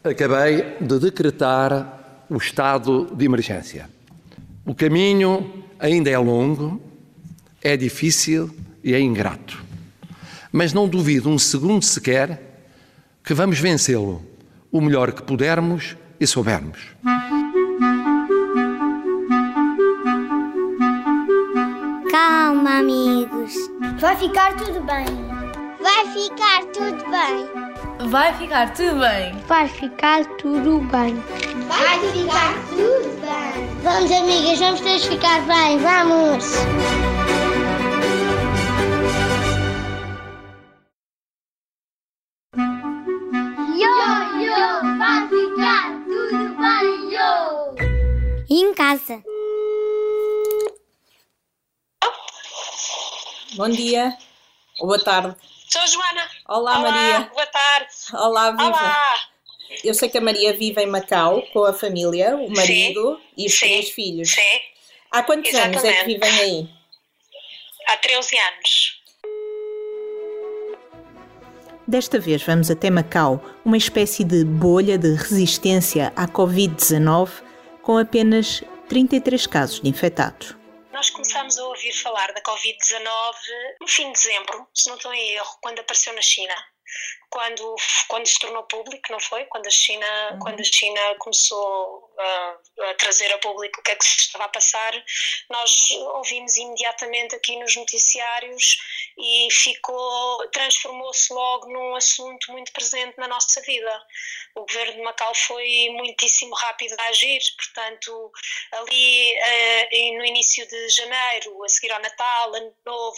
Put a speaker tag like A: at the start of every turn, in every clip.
A: Acabei de decretar o estado de emergência. O caminho ainda é longo, é difícil e é ingrato. Mas não duvido um segundo sequer que vamos vencê-lo o melhor que pudermos e soubermos.
B: Calma, amigos.
C: Vai ficar tudo bem.
B: Vai ficar tudo bem.
D: Vai ficar tudo bem.
B: Vai ficar tudo bem.
C: Vai ficar tudo bem.
B: Vamos, amigas, vamos todos ficar bem. Vamos!
C: Vai ficar tudo bem, yo!
B: E em casa?
E: Bom dia, ou boa tarde.
F: Sou a Joana.
E: Olá, Maria.
F: Boa tarde.
E: Olá, viva.
F: Olá.
E: Eu sei que a Maria vive em Macau com a família, o marido e os 3 filhos.
F: Sim,
E: Há quantos anos é que
F: exatamente.
E: vivem aí?
F: Há 13 anos.
E: Desta vez vamos até Macau, uma espécie de bolha de resistência à Covid-19, com apenas 33 casos de infectados.
F: Nós começámos a ouvir falar da Covid-19 no fim de dezembro, se não estou em erro, quando apareceu na China. Quando se tornou público, não foi? Quando a China começou a trazer a público o que é que se estava a passar, nós ouvimos imediatamente aqui nos noticiários e transformou-se logo num assunto muito presente na nossa vida. O governo de Macau foi muitíssimo rápido a agir, portanto, ali no início de janeiro, a seguir ao Natal, Ano Novo,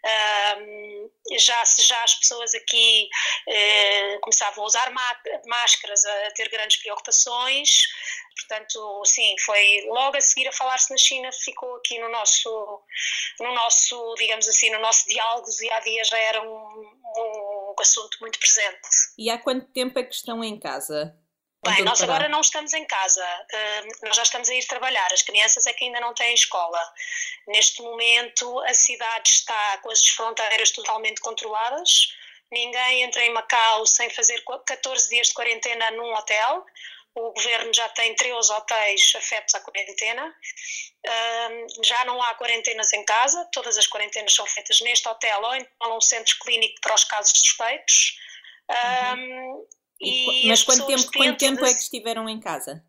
F: já as pessoas aqui começavam a usar máscaras, a ter grandes preocupações. Portanto, sim, foi logo a seguir a falar-se na China, ficou aqui no nosso, digamos assim, no nosso diálogo dia a dia, já era um assunto muito presente.
E: E há quanto tempo é que estão em casa?
F: Bem, nós agora não estamos em casa, nós já estamos a ir trabalhar, as crianças é que ainda não têm escola. Neste momento a cidade está com as fronteiras totalmente controladas, ninguém entra em Macau sem fazer 14 dias de quarentena num hotel. O governo já tem 3 hotéis afetos à quarentena, já não há quarentenas em casa, todas as quarentenas são feitas neste hotel ou então num centro clínico para os casos suspeitos.
E: Mas quanto tempo é que estiveram em casa?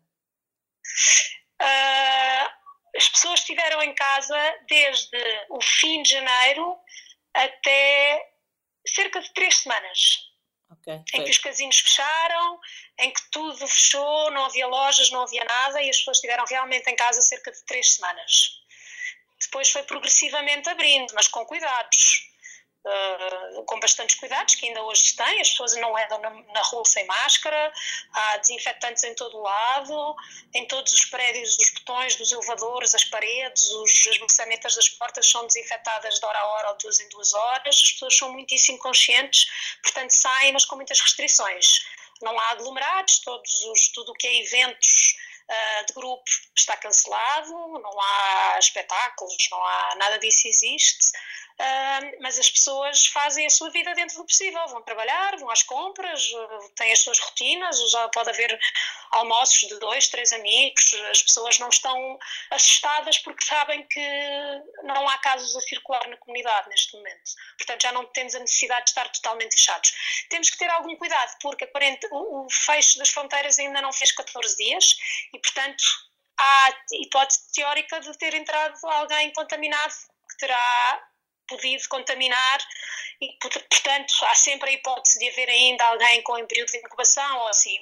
F: As pessoas estiveram em casa desde o fim de janeiro até cerca de 3 semanas.
E: Okay,
F: em que os casinos fecharam, em que tudo fechou, não havia lojas, não havia nada e as pessoas estiveram realmente em casa cerca de 3 semanas. Depois foi progressivamente abrindo, mas com cuidados, com bastantes cuidados que ainda hoje se têm. As pessoas não andam na rua sem máscara, há desinfetantes em todo o lado, em todos os prédios, os botões dos elevadores, as paredes, as maçanetas das portas são desinfetadas de hora a hora ou de 2 em 2 horas. As pessoas são muitíssimo conscientes, portanto saem, mas com muitas restrições. Não há aglomerados, tudo o que é eventos de grupo está cancelado, não há espetáculos, não há nada disso existe. Mas as pessoas fazem a sua vida dentro do possível, vão trabalhar, vão às compras, têm as suas rotinas, já pode haver almoços de 2, 3 amigos, as pessoas não estão assustadas porque sabem que não há casos a circular na comunidade neste momento, portanto já não temos a necessidade de estar totalmente fechados. Temos que ter algum cuidado porque o fecho das fronteiras ainda não fez 14 dias e portanto há hipótese teórica de ter entrado alguém contaminado que terá podido contaminar e, portanto, há sempre a hipótese de haver ainda alguém com em período de incubação ou assim,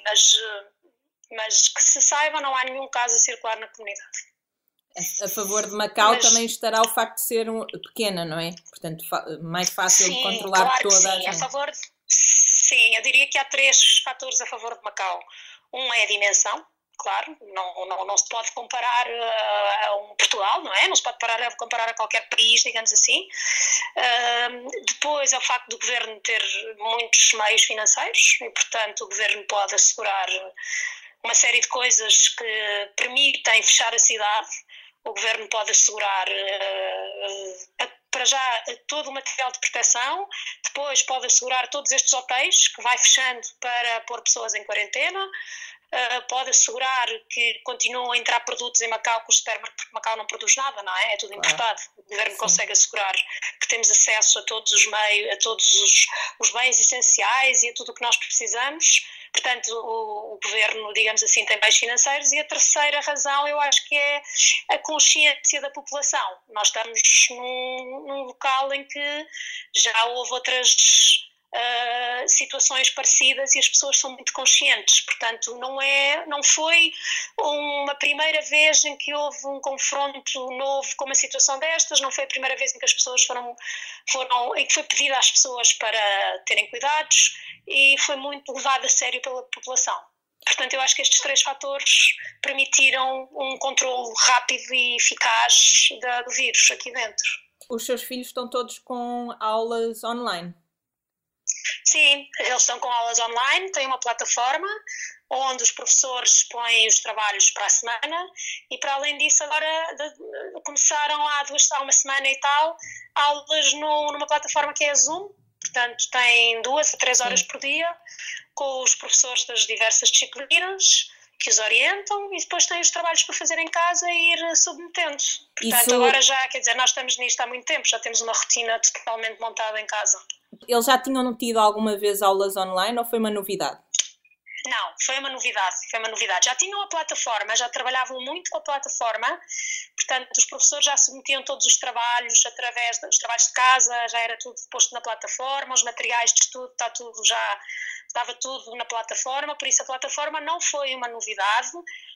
F: mas que se saiba não há nenhum caso a circular na comunidade.
E: A favor de Macau também estará o facto de ser pequena, não é? Portanto, mais fácil de controlar
F: claro
E: toda a gente.
F: Sim, eu diria que há 3 fatores a favor de Macau. Um é a dimensão. Claro, não se pode comparar a um Portugal, não é? Não se pode comparar a qualquer país, digamos assim. Depois é o facto do governo ter muitos meios financeiros e, portanto, o governo pode assegurar uma série de coisas que permitem fechar a cidade. O governo pode assegurar para já todo o material de proteção, depois pode assegurar todos estes hotéis que vai fechando para pôr pessoas em quarentena, pode assegurar que continuam a entrar produtos em Macau, porque Macau não produz nada, não é? É tudo importado. O governo consegue assegurar que temos acesso a todos os meios, a todos os bens essenciais e a tudo o que nós precisamos. Portanto, o governo, digamos assim, tem meios financeiros. E a terceira razão, eu acho que é a consciência da população. Nós estamos num local em que já houve outras situações parecidas e as pessoas são muito conscientes. Portanto, não foi uma primeira vez em que houve um confronto novo com uma situação destas, não foi a primeira vez em que as pessoas em que foi pedido às pessoas para terem cuidados e foi muito levado a sério pela população. Portanto, eu acho que estes 3 fatores permitiram um controle rápido e eficaz do vírus aqui dentro.
E: Os seus filhos estão todos com aulas online?
F: Sim, eles estão com aulas online, têm uma plataforma onde os professores põem os trabalhos para a semana e, para além disso, agora começaram há uma semana e tal, aulas numa plataforma que é a Zoom. Portanto, tem 2 a 3 horas por dia com os professores das diversas disciplinas que os orientam e depois têm os trabalhos para fazer em casa e ir submetendo. Portanto, agora já, quer dizer, nós estamos nisto há muito tempo, já temos uma rotina totalmente montada em casa.
E: Eles já tinham tido alguma vez aulas online ou foi uma novidade?
F: Não, foi uma novidade. Já tinham a plataforma, já trabalhavam muito com a plataforma, portanto os professores já submetiam todos os trabalhos através dos trabalhos de casa, já era tudo posto na plataforma, os materiais de estudo, estava tudo na plataforma, por isso a plataforma não foi uma novidade.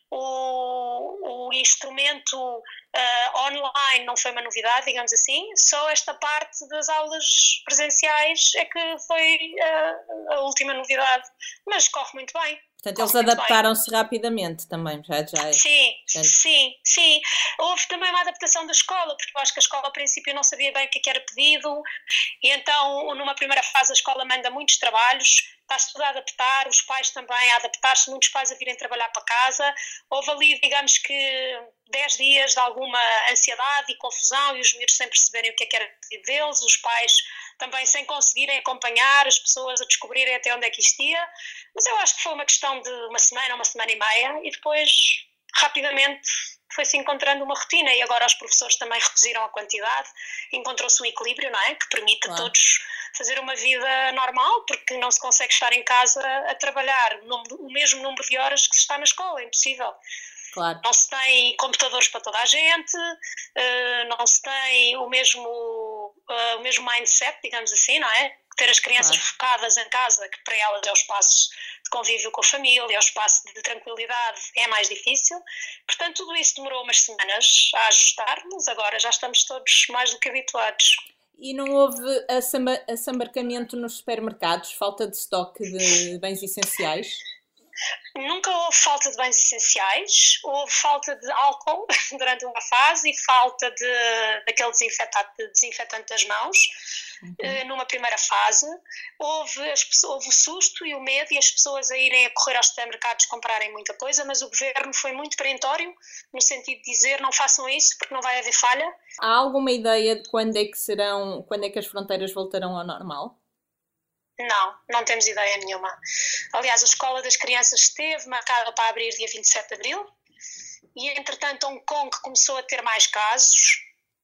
F: O instrumento online não foi uma novidade, digamos assim, só esta parte das aulas presenciais é que foi a última novidade, mas corre muito bem.
E: Portanto, eles adaptaram-se rapidamente também, já é.
F: Sim. Houve também uma adaptação da escola, porque eu acho que a escola, a princípio, não sabia bem o que era pedido, e então, numa primeira fase, a escola manda muitos trabalhos, está-se tudo a adaptar, os pais também a adaptar-se, muitos pais a virem trabalhar para casa. Houve ali, digamos que, 10 dias de alguma ansiedade e confusão, e os miúdos sem perceberem o que era pedido deles, os pais também sem conseguirem acompanhar as pessoas a descobrirem até onde é que isto ia. Mas eu acho que foi uma questão de uma semana e meia, e depois, rapidamente, foi-se encontrando uma rotina, e agora os professores também reduziram a quantidade, encontrou-se um equilíbrio, não é? Que permite a todos fazer uma vida normal, porque não se consegue estar em casa a trabalhar o mesmo número de horas que se está na escola, é impossível.
E: Claro.
F: Não se tem computadores para toda a gente, não se tem o mesmo mindset, digamos assim, não é? Ter as crianças focadas em casa, que para elas é o espaço de convívio com a família, é o espaço de tranquilidade, é mais difícil. Portanto, tudo isso demorou umas semanas a ajustar-nos, agora já estamos todos mais do que habituados.
E: E não houve assambarcamento nos supermercados, falta de estoque de bens essenciais?
F: Nunca houve falta de bens essenciais, houve falta de álcool durante uma fase e falta daquele desinfetante das mãos numa primeira fase. Houve o susto e o medo e as pessoas a irem a correr aos supermercados comprarem muita coisa, mas o governo foi muito perentório no sentido de dizer não façam isso porque não vai haver falha.
E: Há alguma ideia de quando é que as fronteiras voltarão ao normal?
F: Não temos ideia nenhuma. Aliás, a Escola das Crianças esteve marcada para abrir dia 27 de abril e, entretanto, Hong Kong começou a ter mais casos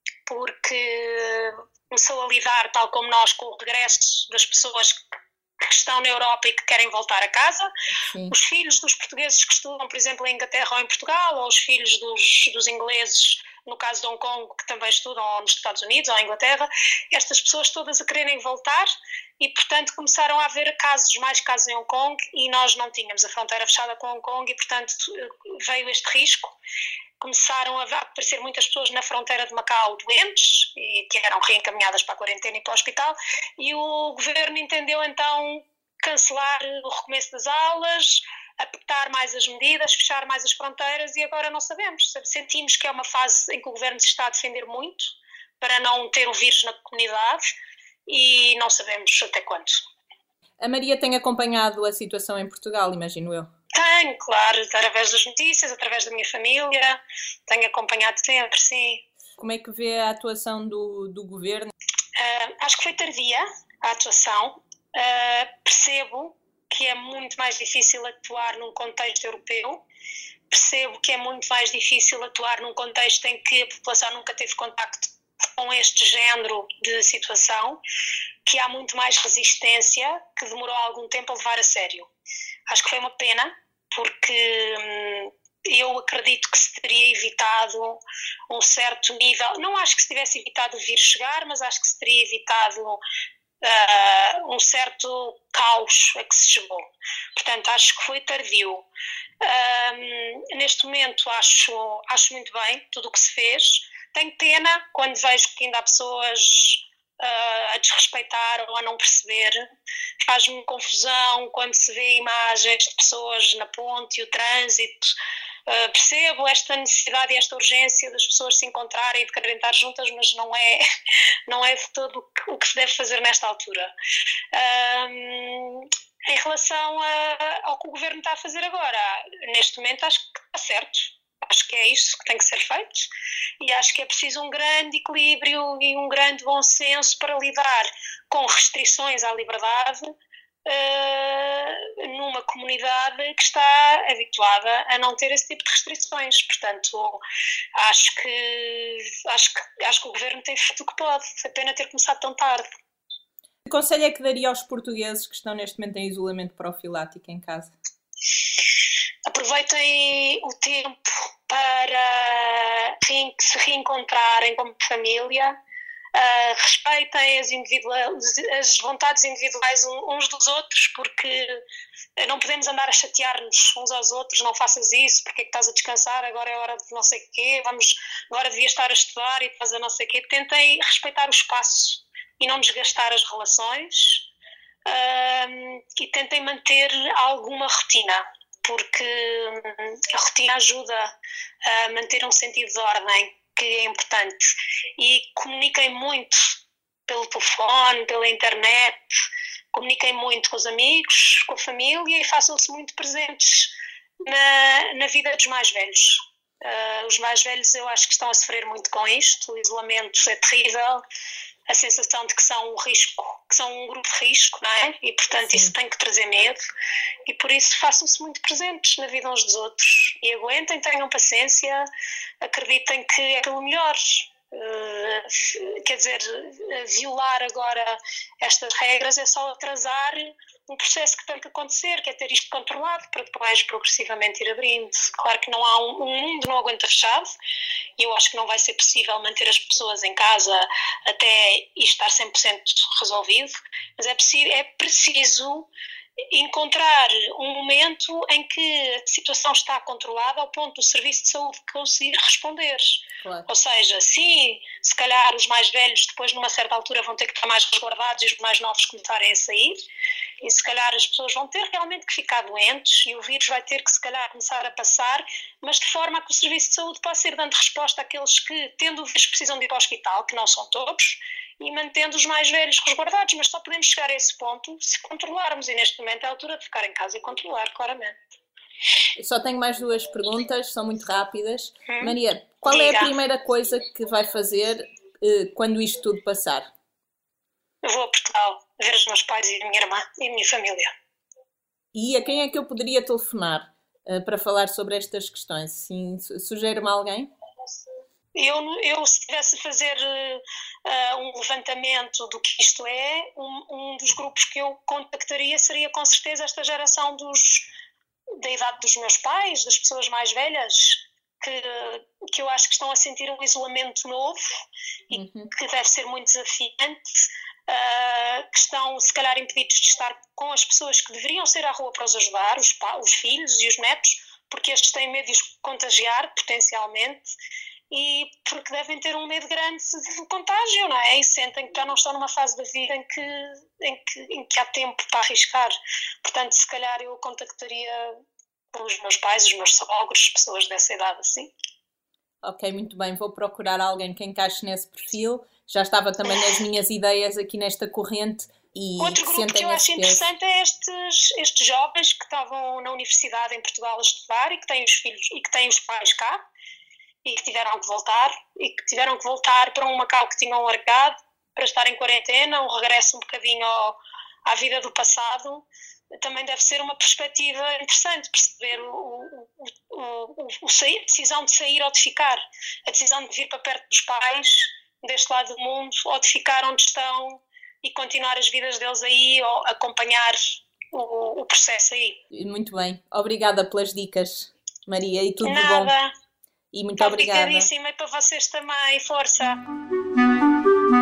F: porque começou a lidar, tal como nós, com o regresso das pessoas que estão na Europa e que querem voltar a casa. Sim. Os filhos dos portugueses que estudam, por exemplo, em Inglaterra ou em Portugal, ou os filhos dos ingleses, no caso de Hong Kong, que também estudam ou nos Estados Unidos ou em Inglaterra, estas pessoas todas a quererem voltar e, portanto, começaram a haver mais casos em Hong Kong e nós não tínhamos a fronteira fechada com Hong Kong e, portanto, veio este risco. Começaram a aparecer muitas pessoas na fronteira de Macau doentes e que eram reencaminhadas para a quarentena e para o hospital e o governo entendeu então cancelar o recomeço das aulas, apertar mais as medidas, fechar mais as fronteiras e agora não sabemos. Sentimos que é uma fase em que o governo se está a defender muito para não ter o vírus na comunidade e não sabemos até quando.
E: A Maria tem acompanhado a situação em Portugal, imagino eu.
F: Tenho, claro, através das notícias, através da minha família, tenho acompanhado sempre, sim.
E: Como é que vê a atuação do governo?
F: Acho que foi tardia a atuação. Percebo que é muito mais difícil atuar num contexto europeu. Percebo que é muito mais difícil atuar num contexto em que a população nunca teve contacto com este género de situação, que há muito mais resistência, que demorou algum tempo a levar a sério. Acho que foi uma pena, porque eu acredito que se teria evitado um certo nível, não acho que se tivesse evitado o vírus chegar, mas acho que se teria evitado um certo caos a que se chegou. Portanto, acho que foi tardio. Neste momento acho muito bem tudo o que se fez. Tenho pena quando vejo que ainda há pessoas a desrespeitar ou a não perceber. Faz-me confusão quando se vê imagens de pessoas na ponte e o trânsito. Percebo esta necessidade e esta urgência das pessoas se encontrarem e de quererem estar juntas, mas não é de todo o que se deve fazer nesta altura. Em relação ao que o governo está a fazer agora, neste momento acho que está certo. Acho que é isso que tem que ser feito e acho que é preciso um grande equilíbrio e um grande bom senso para lidar com restrições à liberdade numa comunidade que está habituada a não ter esse tipo de restrições. Portanto, acho que o governo tem feito o que pode. Foi pena ter começado tão tarde.
E: Que conselho é que daria aos portugueses que estão neste momento em isolamento profilático em casa?
F: Aproveitem o tempo para se reencontrarem como família, respeitem as vontades individuais uns dos outros, porque não podemos andar a chatear-nos uns aos outros. Não faças isso, porque é que estás a descansar, agora é hora de não sei o quê, agora devias estar a estudar e estás a não sei o quê. Tentem respeitar o espaço e não desgastar as relações, e tentem manter alguma rotina, porque a rotina ajuda a manter um sentido de ordem, que é importante. E comuniquem muito pelo telefone, pela internet, comuniquem muito com os amigos, com a família e façam-se muito presentes na vida dos mais velhos. Os mais velhos eu acho que estão a sofrer muito com isto. O isolamento é terrível, a sensação de que são um grupo de risco, não é? E portanto isso tem que trazer medo e por isso façam-se muito presentes na vida uns dos outros e aguentem, tenham paciência, acreditem que é pelo melhor. Quer dizer, violar agora estas regras é só atrasar um processo que tem que acontecer, que é ter isto controlado para depois progressivamente ir abrindo. Claro que não há um mundo não aguenta fechado e eu acho que não vai ser possível manter as pessoas em casa até isto estar 100% resolvido, mas é preciso encontrar um momento em que a situação está controlada ao ponto do Serviço de Saúde conseguir responder. Claro. Ou seja, sim, se calhar os mais velhos depois numa certa altura vão ter que estar mais resguardados e os mais novos começarem a sair e se calhar as pessoas vão ter realmente que ficar doentes e o vírus vai ter que se calhar começar a passar, mas de forma a que o Serviço de Saúde possa ir dando resposta àqueles que, tendo o vírus, precisam de ir para o hospital, que não são todos, e mantendo os mais velhos resguardados, mas só podemos chegar a esse ponto se controlarmos e neste momento é a altura de ficar em casa e controlar, claramente.
E: Eu só tenho mais 2 perguntas, são muito rápidas. Maria, qual é a primeira coisa que vai fazer quando isto tudo passar?
F: Eu vou a Portugal ver os meus pais e a minha irmã e a minha família.
E: E a quem é que eu poderia telefonar para falar sobre estas questões? Sim, sugere-me alguém?
F: Eu se tivesse a fazer um levantamento do que isto é, um dos grupos que eu contactaria seria com certeza esta geração da idade dos meus pais, das pessoas mais velhas, que eu acho que estão a sentir um isolamento novo e que deve ser muito desafiante, que estão se calhar impedidos de estar com as pessoas que deveriam ser à rua para os ajudar, os filhos e os netos, porque estes têm medo de os contagiar potencialmente e porque devem ter um medo grande de contágio, não é? E sentem que já não estão numa fase da vida em que há tempo para arriscar. Portanto, se calhar eu contactaria os meus pais, os meus sogros, pessoas dessa idade assim.
E: Ok, muito bem. Vou procurar alguém que encaixe nesse perfil. Já estava também nas minhas ideias aqui nesta corrente. E
F: outro grupo que eu acho interessante é estes jovens que estavam na universidade em Portugal a estudar e que têm os filhos e que têm os pais cá e que tiveram que voltar para um Macau que tinham largado para estar em quarentena, um regresso um bocadinho à vida do passado. Também deve ser uma perspectiva interessante, perceber a decisão de sair ou de ficar, a decisão de vir para perto dos pais deste lado do mundo, ou de ficar onde estão e continuar as vidas deles aí, ou acompanhar o processo aí.
E: Muito bem, obrigada pelas dicas, Maria, e tudo de bom.
F: Nada.
E: E muito obrigada.
F: Obrigadíssima, e para vocês também, força.